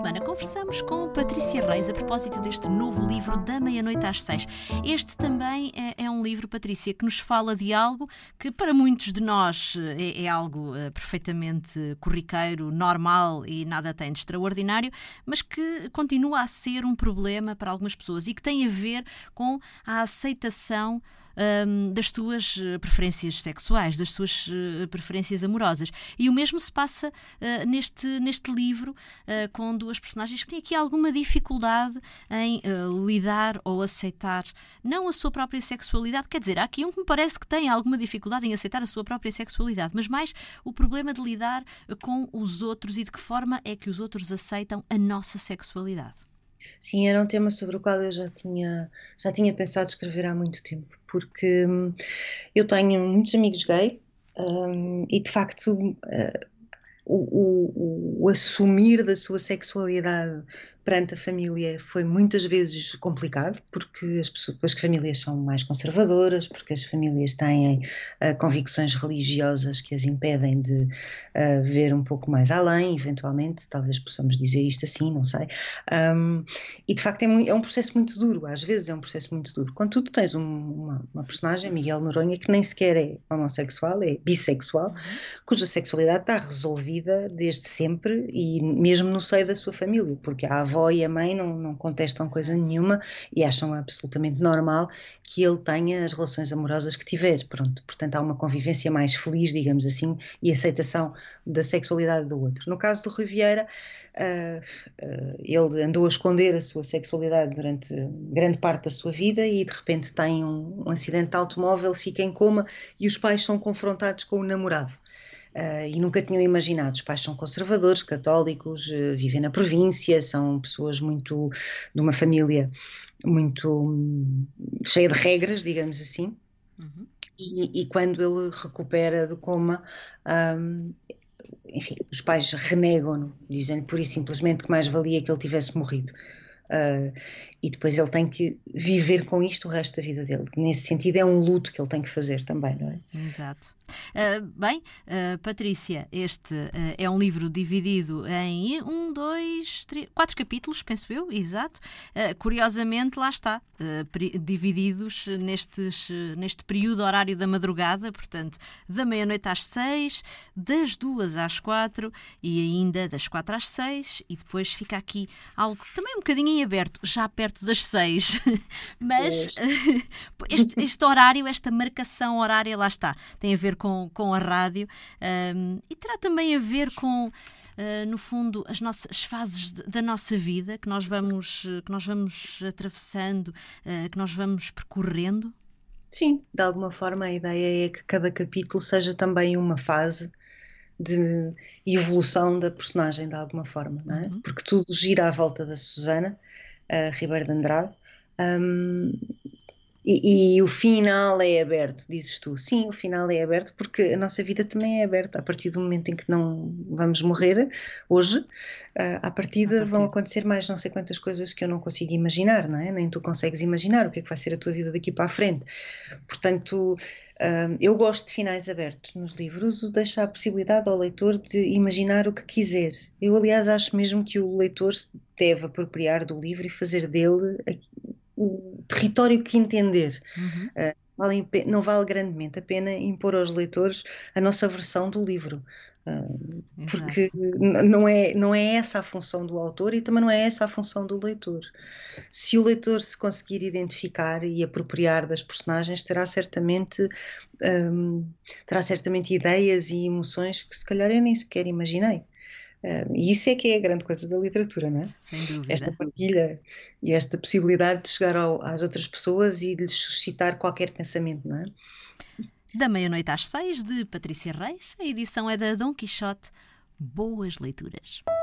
semana conversamos com Patrícia Reis a propósito deste novo livro Da Meia-Noite às 6. Este também é um livro, Patrícia, que nos fala de algo que para muitos de nós é algo perfeitamente corriqueiro, normal e nada tem de extraordinário, mas que continua a ser um problema para algumas pessoas e que tem a ver com a aceitação das suas preferências sexuais, das suas preferências amorosas. E o mesmo se passa neste livro com duas personagens que têm aqui alguma dificuldade em lidar ou aceitar não a sua própria sexualidade. Quer dizer, há aqui um que me parece que tem alguma dificuldade em aceitar a sua própria sexualidade, mas mais o problema de lidar com os outros e de que forma é que os outros aceitam a nossa sexualidade. Sim, era um tema sobre o qual eu já tinha pensado escrever há muito tempo, porque eu tenho muitos amigos gay, e de facto o assumir da sua sexualidade perante a família foi muitas vezes complicado, porque as famílias são mais conservadoras, porque as famílias têm convicções religiosas que as impedem de ver um pouco mais além, eventualmente, talvez possamos dizer isto assim, não sei. E de facto é um processo muito duro, às vezes é um processo muito duro. Quando tu tens uma personagem, Miguel Noronha, que nem sequer é homossexual, é bissexual, cuja sexualidade está resolvida desde sempre e mesmo no seio da sua família, porque a avó e a mãe não contestam coisa nenhuma e acham absolutamente normal que ele tenha as relações amorosas que tiver, pronto. Portanto, há uma convivência mais feliz, digamos assim, e aceitação da sexualidade do outro. No caso do Rui Vieira, ele andou a esconder a sua sexualidade durante grande parte da sua vida e de repente tem um acidente de automóvel, fica em coma e os pais são confrontados com o namorado. E nunca tinham imaginado. Os pais são conservadores, católicos, vivem na província, são pessoas muito de uma família muito cheia de regras, digamos assim. E quando ele recupera do coma, enfim, os pais renegam-no, dizem pura e simplesmente que mais valia que ele tivesse morrido. E depois ele tem que viver com isto o resto da vida dele. Nesse sentido é um luto que ele tem que fazer também, não é? Exato. Patrícia, este é um livro dividido em 4 capítulos, penso eu, exato. Curiosamente, lá está, divididos neste período horário da madrugada, portanto, da meia-noite às 6, das 2 às 4 e ainda das 4 às 6, e depois fica aqui algo também um bocadinho em aberto, já perto das 6, mas este horário, esta marcação horária, lá está, tem a ver com a rádio, e terá também a ver com, no fundo, as fases da nossa vida que nós vamos atravessando, que nós vamos percorrendo. Sim, de alguma forma a ideia é que cada capítulo seja também uma fase de evolução da personagem, de alguma forma, não é? Porque tudo gira à volta da Susana Ribeiro de Andrade. E o final é aberto, dizes tu. Sim, o final é aberto porque a nossa vida também é aberta. A partir do momento em que não vamos morrer, hoje, à partida vão acontecer mais não sei quantas coisas que eu não consigo imaginar, não é? Nem tu consegues imaginar o que é que vai ser a tua vida daqui para a frente. Portanto, eu gosto de finais abertos nos livros, o deixa a possibilidade ao leitor de imaginar o que quiser. Eu, aliás, acho mesmo que o leitor deve apropriar do livro e fazer dele o território que entender. Não vale grandemente a pena impor aos leitores a nossa versão do livro, porque não é essa a função do autor e também não é essa a função do leitor. Se o leitor se conseguir identificar e apropriar das personagens, terá certamente ideias e emoções que se calhar eu nem sequer imaginei. E isso é que é a grande coisa da literatura, não é? Sem dúvida. Esta partilha e esta possibilidade de chegar às outras pessoas e de lhes suscitar qualquer pensamento, não é? Da meia-noite às 6, de Patrícia Reis. A edição é da Dom Quixote. Boas leituras.